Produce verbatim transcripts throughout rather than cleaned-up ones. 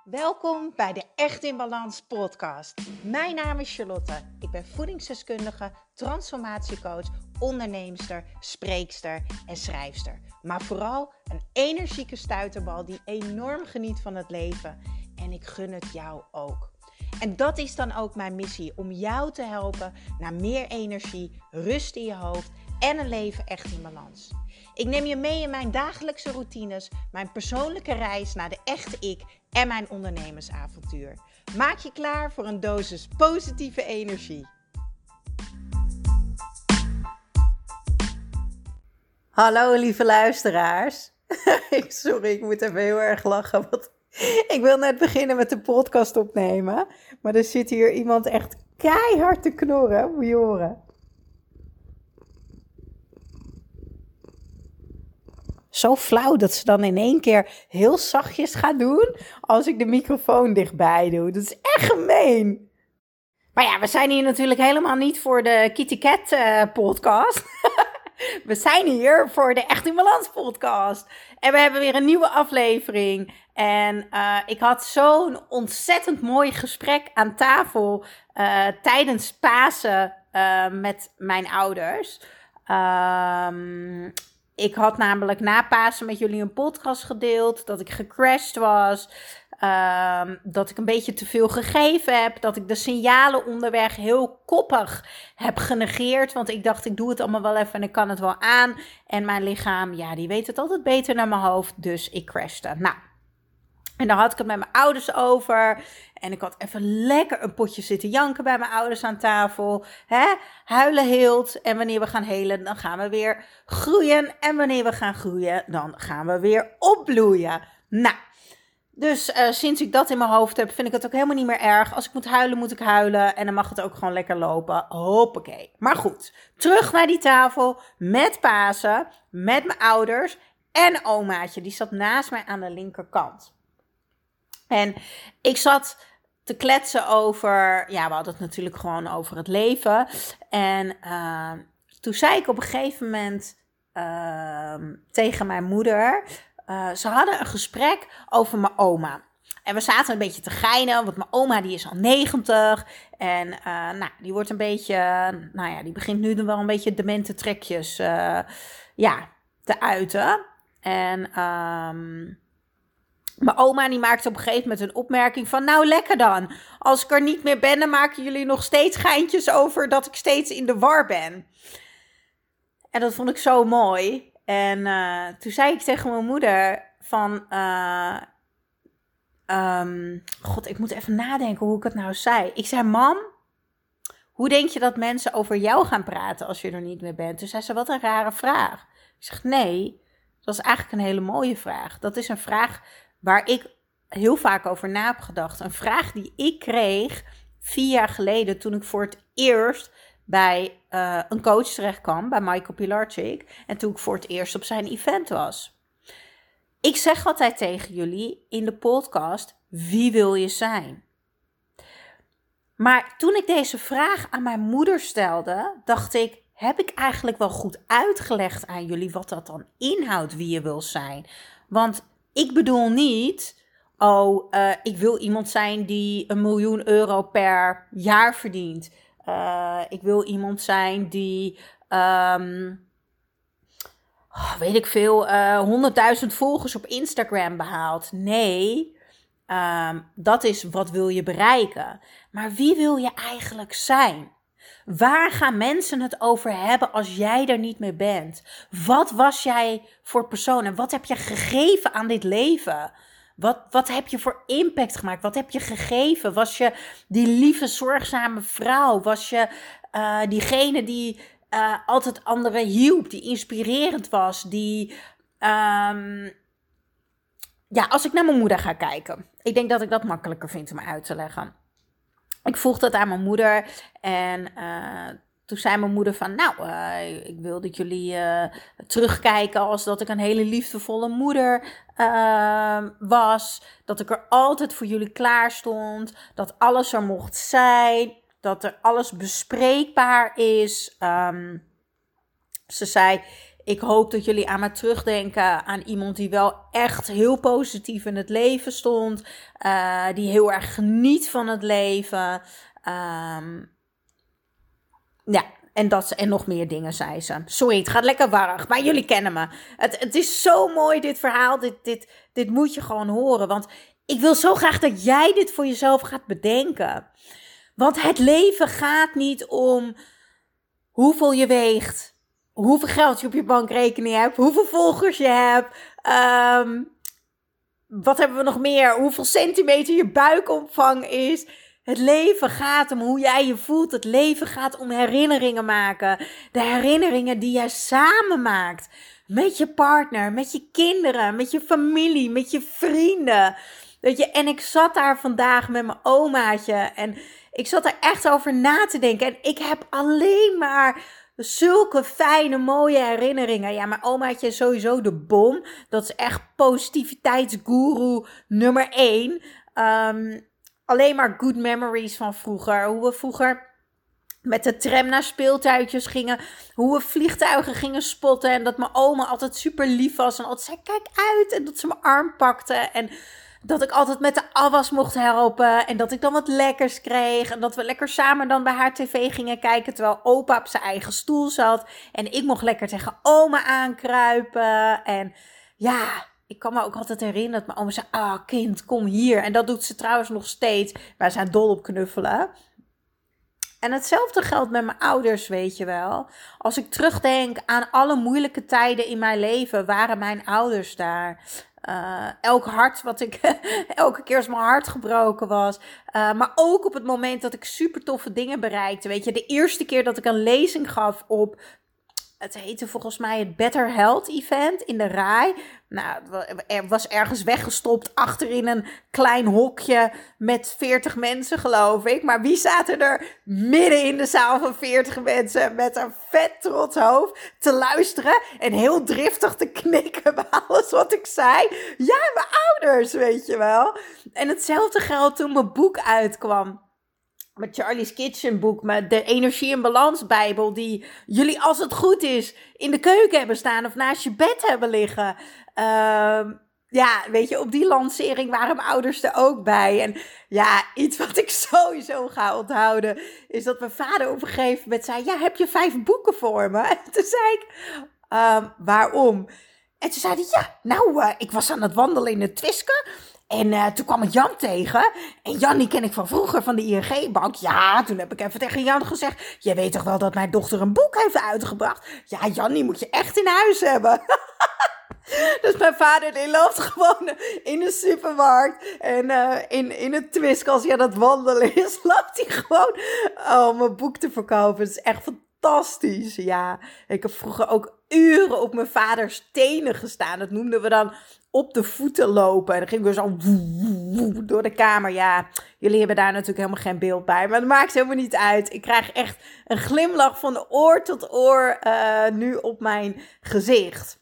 Welkom bij de Echt in Balans podcast. Mijn naam is Charlotte. Ik ben voedingsdeskundige, transformatiecoach, onderneemster, spreekster en schrijfster. Maar vooral een energieke stuiterbal die enorm geniet van het leven. En ik gun het jou ook. En dat is dan ook mijn missie, om jou te helpen naar meer energie, rust in je hoofd en een leven echt in balans. Ik neem je mee in mijn dagelijkse routines, mijn persoonlijke reis naar de echte ik en mijn ondernemersavontuur. Maak je klaar voor een dosis positieve energie. Hallo lieve luisteraars. Sorry, ik moet even heel erg lachen, want ik wil net beginnen met de podcast opnemen. Maar er zit hier iemand echt keihard te knorren, moet je horen. Zo flauw dat ze dan in één keer heel zachtjes gaat doen als ik de microfoon dichtbij doe. Dat is echt gemeen. Maar ja, we zijn hier natuurlijk helemaal niet voor de Kitty Cat uh, podcast. We zijn hier voor de Echt in Balans podcast. En we hebben weer een nieuwe aflevering. En uh, ik had zo'n ontzettend mooi gesprek aan tafel uh, tijdens Pasen uh, met mijn ouders. Um, ik had namelijk na Pasen met jullie een podcast gedeeld, dat ik gecrashed was. Um, dat ik een beetje te veel gegeven heb. Dat ik de signalen onderweg heel koppig heb genegeerd. Want ik dacht, ik doe het allemaal wel even en ik kan het wel aan. En mijn lichaam, ja, die weet het altijd beter dan mijn hoofd. Dus ik crashte. Nou, en daar had ik het met mijn ouders over. En ik had even lekker een potje zitten janken bij mijn ouders aan tafel. Hè? Huilen heelt. En wanneer we gaan helen, dan gaan we weer groeien. En wanneer we gaan groeien, dan gaan we weer opbloeien. Nou. Dus uh, sinds ik dat in mijn hoofd heb, vind ik het ook helemaal niet meer erg. Als ik moet huilen, moet ik huilen. En dan mag het ook gewoon lekker lopen. Hoppakee. Maar goed, terug naar die tafel met Pasen, met mijn ouders en omaatje. Die zat naast mij aan de linkerkant. En ik zat te kletsen over, ja, we hadden het natuurlijk gewoon over het leven. En uh, toen zei ik op een gegeven moment uh, tegen mijn moeder... Uh, ze hadden een gesprek over mijn oma. En we zaten een beetje te geinen, want mijn oma die is al negentig. En uh, nou, die wordt een beetje, nou ja, die begint nu wel een beetje demente trekjes uh, ja, te uiten. En um, mijn oma die maakte op een gegeven moment een opmerking van, nou lekker dan. Als ik er niet meer ben, dan maken jullie nog steeds geintjes over dat ik steeds in de war ben. En dat vond ik zo mooi. En uh, toen zei ik tegen mijn moeder van, uh, um, god, ik moet even nadenken hoe ik het nou zei. Ik zei, mam, hoe denk je dat mensen over jou gaan praten als je er niet meer bent? Toen zei ze, wat een rare vraag. Ik zeg, nee, dat is eigenlijk een hele mooie vraag. Dat is een vraag waar ik heel vaak over na heb gedacht. Een vraag die ik kreeg vier jaar geleden toen ik voor het eerst bij uh, een coach terecht kwam, bij Michael Pilarczyk. En toen ik voor het eerst op zijn event was. Ik zeg altijd tegen jullie in de podcast, wie wil je zijn? Maar toen ik deze vraag aan mijn moeder stelde, dacht ik, heb ik eigenlijk wel goed uitgelegd aan jullie wat dat dan inhoudt, wie je wil zijn? Want ik bedoel niet, oh, uh, ik wil iemand zijn die een miljoen euro per jaar verdient. Uh, ik wil iemand zijn die, um, oh, weet ik veel, uh, honderdduizend volgers op Instagram behaalt. Nee, um, dat is wat wil je bereiken. Maar wie wil je eigenlijk zijn? Waar gaan mensen het over hebben als jij er niet meer bent? Wat was jij voor persoon en wat heb je gegeven aan dit leven? Wat, wat heb je voor impact gemaakt? Wat heb je gegeven? Was je die lieve, zorgzame vrouw? Was je uh, diegene die uh, altijd anderen hielp, die inspirerend was? Die, um, ja, als ik naar mijn moeder ga kijken. Ik denk dat ik dat makkelijker vind om uit te leggen. Ik vroeg dat aan mijn moeder en uh, toen zei mijn moeder van, nou, uh, ik wil dat jullie uh, terugkijken als dat ik een hele liefdevolle moeder uh, was. Dat ik er altijd voor jullie klaar stond. Dat alles er mocht zijn. Dat er alles bespreekbaar is. Um, ze zei, Ik hoop dat jullie aan me terugdenken aan iemand die wel echt heel positief in het leven stond. Uh, die heel erg geniet van het leven. Um, ja, en, dat, en nog meer dingen, zei ze. Sorry, het gaat lekker warrig, maar jullie kennen me. Het, het is zo mooi, dit verhaal. Dit, dit, dit moet je gewoon horen. Want ik wil zo graag dat jij dit voor jezelf gaat bedenken. Want het leven gaat niet om hoeveel je weegt, hoeveel geld je op je bankrekening hebt, hoeveel volgers je hebt, um, wat hebben we nog meer, hoeveel centimeter je buikomvang is. Het leven gaat om hoe jij je voelt. Het leven gaat om herinneringen maken. De herinneringen die jij samen maakt. Met je partner, met je kinderen, met je familie, met je vrienden. Weet je, en ik zat daar vandaag met mijn omaatje en ik zat er echt over na te denken. En ik heb alleen maar zulke fijne, mooie herinneringen. Ja, mijn omaatje is sowieso de bom. Dat is echt positiviteitsgoeroe nummer één. Um, alleen maar good memories van vroeger. Hoe we vroeger met de tram naar speeltuintjes gingen. Hoe we vliegtuigen gingen spotten. En dat mijn oma altijd super lief was. En altijd zei, kijk uit. En dat ze mijn arm pakte. En dat ik altijd met de afwas mocht helpen. En dat ik dan wat lekkers kreeg. En dat we lekker samen dan bij haar tv gingen kijken. Terwijl opa op zijn eigen stoel zat. En ik mocht lekker tegen oma aankruipen. En ja, ik kan me ook altijd herinneren dat mijn oma zei, ah kind, kom hier. En dat doet ze trouwens nog steeds. Wij zijn dol op knuffelen. En hetzelfde geldt met mijn ouders, weet je wel. Als ik terugdenk aan alle moeilijke tijden in mijn leven, waren mijn ouders daar. Uh, elk hart wat ik, elke keer als mijn hart gebroken was. Uh, maar ook op het moment dat ik super toffe dingen bereikte. Weet je, de eerste keer dat ik een lezing gaf op, het heette volgens mij het Better Health Event in de R A I. Nou, er was ergens weggestopt achterin een klein hokje met veertig mensen, geloof ik. Maar wie zaten er midden in de zaal van veertig mensen met een vet trots hoofd te luisteren en heel driftig te knikken bij alles wat ik zei? Ja, mijn ouders, weet je wel. En hetzelfde geldt toen mijn boek uitkwam. Met Charlie's Kitchen boek, met de Energie en Balans Bijbel, die jullie als het goed is in de keuken hebben staan of naast je bed hebben liggen. Uh, ja, weet je, op die lancering waren mijn ouders er ook bij. En ja, iets wat ik sowieso ga onthouden, is dat mijn vader op een gegeven moment zei, ja, heb je vijf boeken voor me? En toen zei ik, uh, waarom? En toen zei hij, ja, nou, uh, ik was aan het wandelen in het Twiske. En uh, toen kwam ik Jan tegen. En Jan, die ken ik van vroeger, van de I N G-bank. Ja, toen heb ik even tegen Jan gezegd, je weet toch wel dat mijn dochter een boek heeft uitgebracht? Ja, Jan, die moet je echt in huis hebben. Dus mijn vader, die loopt gewoon in de supermarkt. En uh, in, in het Twisk, als hij aan het wandelen is, loopt hij gewoon oh, mijn boek te verkopen. Het is echt fantastisch. Ja, ik heb vroeger ook uren op mijn vaders tenen gestaan. Dat noemden we dan op de voeten lopen. En dan gingen we zo woe, woe, door de kamer. Ja, jullie hebben daar natuurlijk helemaal geen beeld bij. Maar dat maakt helemaal niet uit. Ik krijg echt een glimlach van oor tot oor uh, nu op mijn gezicht.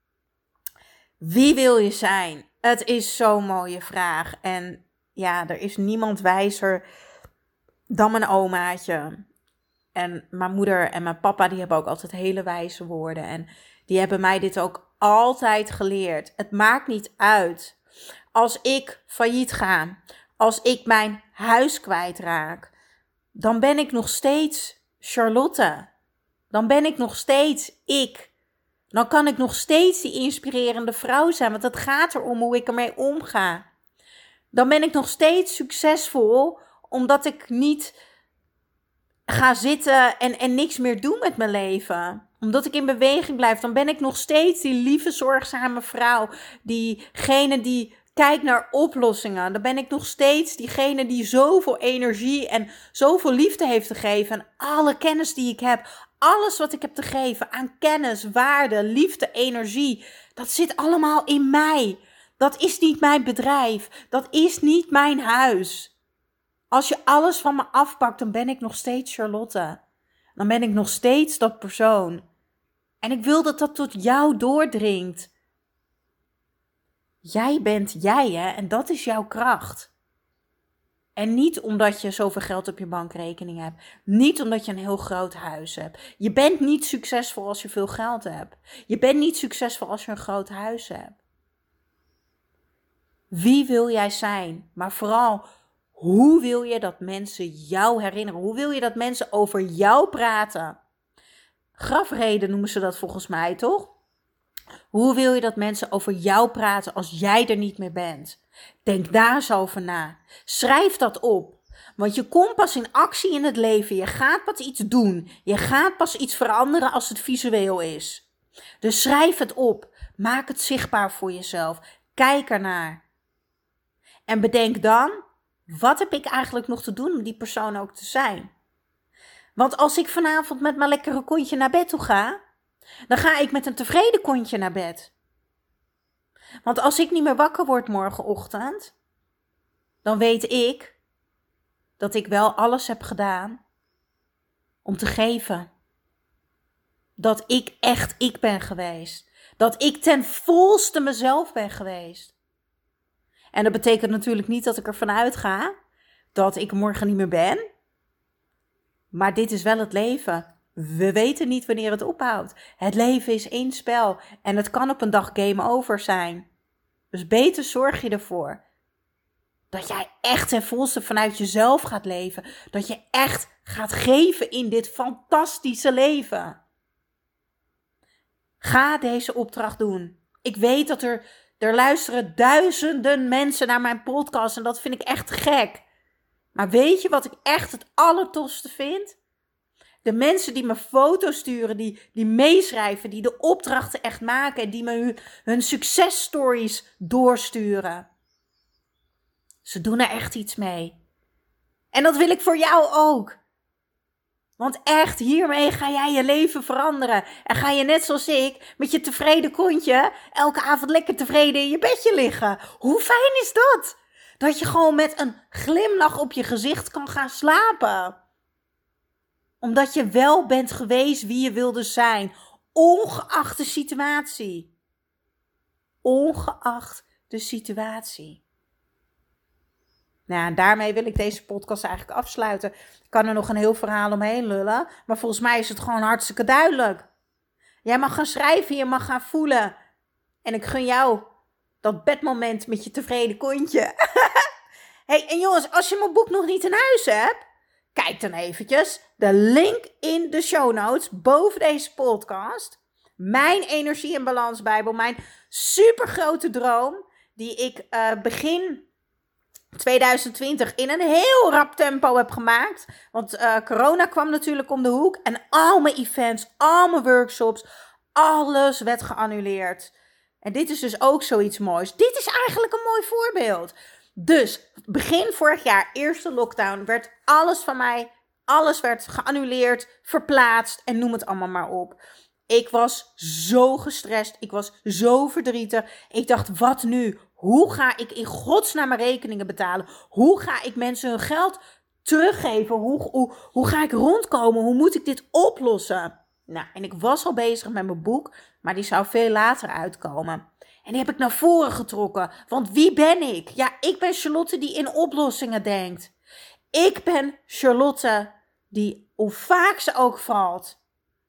Wie wil je zijn? Het is zo'n mooie vraag. En ja, er is niemand wijzer dan mijn omaatje. En mijn moeder en mijn papa, die hebben ook altijd hele wijze woorden. En die hebben mij dit ook altijd geleerd. Het maakt niet uit. Als ik failliet ga, als ik mijn huis kwijtraak, dan ben ik nog steeds Charlotte. Dan ben ik nog steeds ik. Dan kan ik nog steeds die inspirerende vrouw zijn, want het gaat erom hoe ik ermee omga. Dan ben ik nog steeds succesvol, omdat ik niet ga zitten en, en niks meer doe met mijn leven. Omdat ik in beweging blijf, dan ben ik nog steeds die lieve, zorgzame vrouw. Diegene die kijkt naar oplossingen. Dan ben ik nog steeds diegene die zoveel energie en zoveel liefde heeft te geven. En alle kennis die ik heb, alles wat ik heb te geven aan kennis, waarde, liefde, energie. Dat zit allemaal in mij. Dat is niet mijn bedrijf. Dat is niet mijn huis. Als je alles van me afpakt, dan ben ik nog steeds Charlotte. Dan ben ik nog steeds dat persoon. En ik wil dat dat tot jou doordringt. Jij bent jij, hè? En dat is jouw kracht. En niet omdat je zoveel geld op je bankrekening hebt. Niet omdat je een heel groot huis hebt. Je bent niet succesvol als je veel geld hebt. Je bent niet succesvol als je een groot huis hebt. Wie wil jij zijn? Maar vooral, hoe wil je dat mensen jou herinneren? Hoe wil je dat mensen over jou praten? Grafreden noemen ze dat volgens mij, toch? Hoe wil je dat mensen over jou praten als jij er niet meer bent? Denk daar eens over na. Schrijf dat op. Want je komt pas in actie in het leven. Je gaat pas iets doen. Je gaat pas iets veranderen als het visueel is. Dus schrijf het op. Maak het zichtbaar voor jezelf. Kijk ernaar. En bedenk dan, wat heb ik eigenlijk nog te doen om die persoon ook te zijn? Want als ik vanavond met mijn lekkere kontje naar bed toe ga, dan ga ik met een tevreden kontje naar bed. Want als ik niet meer wakker word morgenochtend, dan weet ik dat ik wel alles heb gedaan om te geven. Dat ik echt ik ben geweest. Dat ik ten volste mezelf ben geweest. En dat betekent natuurlijk niet dat ik ervan uitga dat ik morgen niet meer ben. Maar dit is wel het leven. We weten niet wanneer het ophoudt. Het leven is één spel en het kan op een dag game over zijn. Dus beter zorg je ervoor dat jij echt ten volste vanuit jezelf gaat leven. Dat je echt gaat geven in dit fantastische leven. Ga deze opdracht doen. Ik weet dat er, er luisteren duizenden mensen naar mijn podcast en dat vind ik echt gek. Maar weet je wat ik echt het allertofste vind? De mensen die me foto's sturen, die, die meeschrijven, die de opdrachten echt maken en die me hun, hun successtories doorsturen. Ze doen er echt iets mee. En dat wil ik voor jou ook. Want echt, hiermee ga jij je leven veranderen. En ga je net zoals ik, met je tevreden kontje, elke avond lekker tevreden in je bedje liggen. Hoe fijn is dat? Dat je gewoon met een glimlach op je gezicht kan gaan slapen. Omdat je wel bent geweest wie je wilde zijn. Ongeacht de situatie. Ongeacht de situatie. Nou, en daarmee wil ik deze podcast eigenlijk afsluiten. Ik kan er nog een heel verhaal omheen lullen. Maar volgens mij is het gewoon hartstikke duidelijk. Jij mag gaan schrijven, je mag gaan voelen. En ik gun jou dat bedmoment met je tevreden kontje. Hey, en jongens, als je mijn boek nog niet in huis hebt, kijk dan eventjes. De link in de show notes boven deze podcast. Mijn energie- en balansbijbel. Mijn supergrote droom. Die ik uh, begin twintig twintig in een heel rap tempo heb gemaakt. Want uh, corona kwam natuurlijk om de hoek. En al mijn events, al mijn workshops, alles werd geannuleerd. En dit is dus ook zoiets moois. Dit is eigenlijk een mooi voorbeeld. Dus begin vorig jaar, eerste lockdown, werd alles van mij, alles werd geannuleerd, verplaatst en noem het allemaal maar op. Ik was zo gestrest, ik was zo verdrietig. Ik dacht, wat nu? Hoe ga ik in godsnaam mijn rekeningen betalen? Hoe ga ik mensen hun geld teruggeven? Hoe, hoe, hoe ga ik rondkomen? Hoe moet ik dit oplossen? Nou, en ik was al bezig met mijn boek, maar die zou veel later uitkomen. En die heb ik naar voren getrokken. Want wie ben ik? Ja, ik ben Charlotte die in oplossingen denkt. Ik ben Charlotte die, hoe vaak ze ook valt,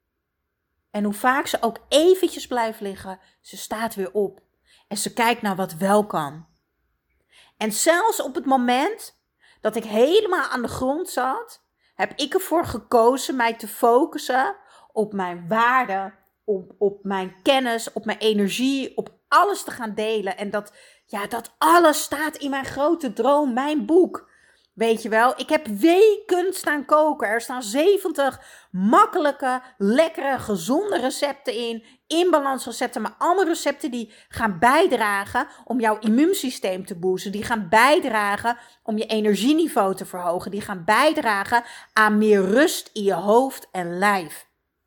en hoe vaak ze ook eventjes blijft liggen, ze staat weer op. En ze kijkt naar wat wel kan. En zelfs op het moment dat ik helemaal aan de grond zat, heb ik ervoor gekozen mij te focussen op mijn waarden, op, op mijn kennis, op mijn energie, op alles te gaan delen. En dat, ja, dat alles staat in mijn grote droom, mijn boek. Weet je wel, ik heb weken staan koken. Er staan zeventig makkelijke, lekkere, gezonde recepten in. Inbalansrecepten, maar allemaal recepten die gaan bijdragen om jouw immuunsysteem te boosten. Die gaan bijdragen om je energieniveau te verhogen. Die gaan bijdragen aan meer rust in je hoofd en lijf.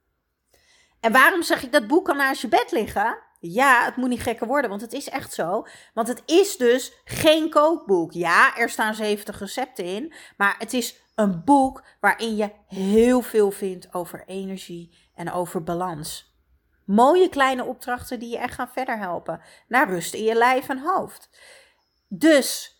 En waarom zeg ik dat boek kan naast je bed liggen? Ja, het moet niet gekker worden, want het is echt zo. Want het is dus geen kookboek. Ja, er staan zeventig recepten in. Maar het is een boek waarin je heel veel vindt over energie en over balans. Mooie kleine opdrachten die je echt gaan verder helpen. Naar rust in je lijf en hoofd. Dus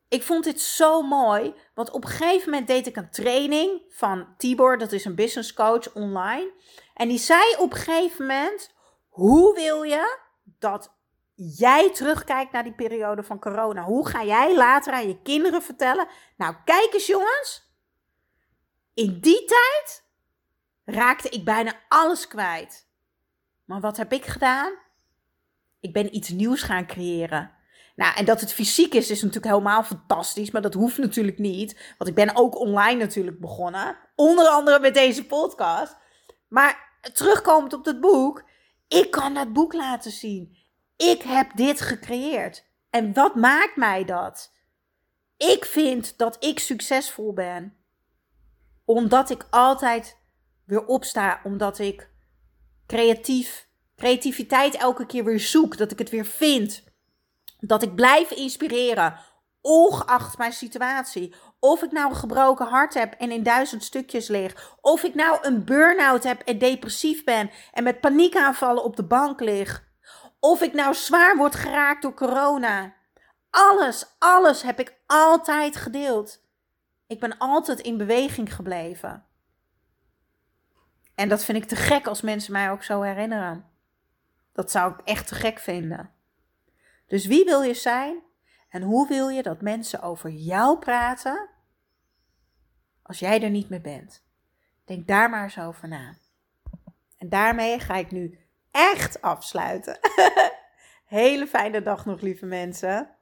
ik vond dit zo mooi, want op een gegeven moment deed ik een training van Tibor, dat is een business coach online. En die zei op een gegeven moment, hoe wil je dat jij terugkijkt naar die periode van corona? Hoe ga jij later aan je kinderen vertellen? Nou, kijk eens jongens, in die tijd raakte ik bijna alles kwijt. Maar wat heb ik gedaan? Ik ben iets nieuws gaan creëren. Nou, en dat het fysiek is, is natuurlijk helemaal fantastisch. Maar dat hoeft natuurlijk niet. Want ik ben ook online natuurlijk begonnen. Onder andere met deze podcast. Maar terugkomend op dat boek. Ik kan dat boek laten zien. Ik heb dit gecreëerd. En wat maakt mij dat? Ik vind dat ik succesvol ben. Omdat ik altijd weer opsta. Omdat ik creatief, creativiteit elke keer weer zoek. Dat ik het weer vind. Dat ik blijf inspireren, ongeacht mijn situatie. Of ik nou een gebroken hart heb en in duizend stukjes lig. Of ik nou een burn-out heb en depressief ben en met paniekaanvallen op de bank lig. Of ik nou zwaar word geraakt door corona. Alles, alles heb ik altijd gedeeld. Ik ben altijd in beweging gebleven. En dat vind ik te gek als mensen mij ook zo herinneren. Dat zou ik echt te gek vinden. Dus wie wil je zijn en hoe wil je dat mensen over jou praten als jij er niet meer bent? Denk daar maar eens over na. En daarmee ga ik nu echt afsluiten. Hele fijne dag nog, lieve mensen.